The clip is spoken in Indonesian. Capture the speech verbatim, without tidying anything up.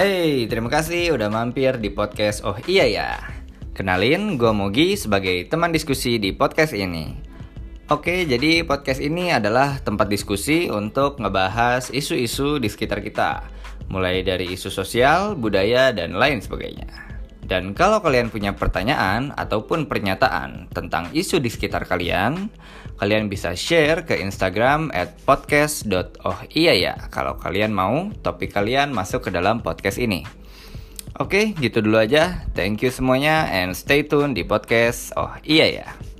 Hey, terima kasih udah mampir di podcast Oh Iya Ya. Kenalin, gue Mogi sebagai teman diskusi di podcast ini. Oke, jadi podcast ini adalah tempat diskusi untuk ngebahas isu-isu di sekitar kita, mulai dari isu sosial, budaya, dan lain sebagainya. Dan kalau kalian punya pertanyaan ataupun pernyataan tentang isu di sekitar kalian, kalian bisa share ke Instagram at podcast dot oh iya ya kalau kalian mau topik kalian masuk ke dalam podcast ini. Oke, gitu dulu aja. Thank you semuanya and stay tune di podcast Oh Iya Ya.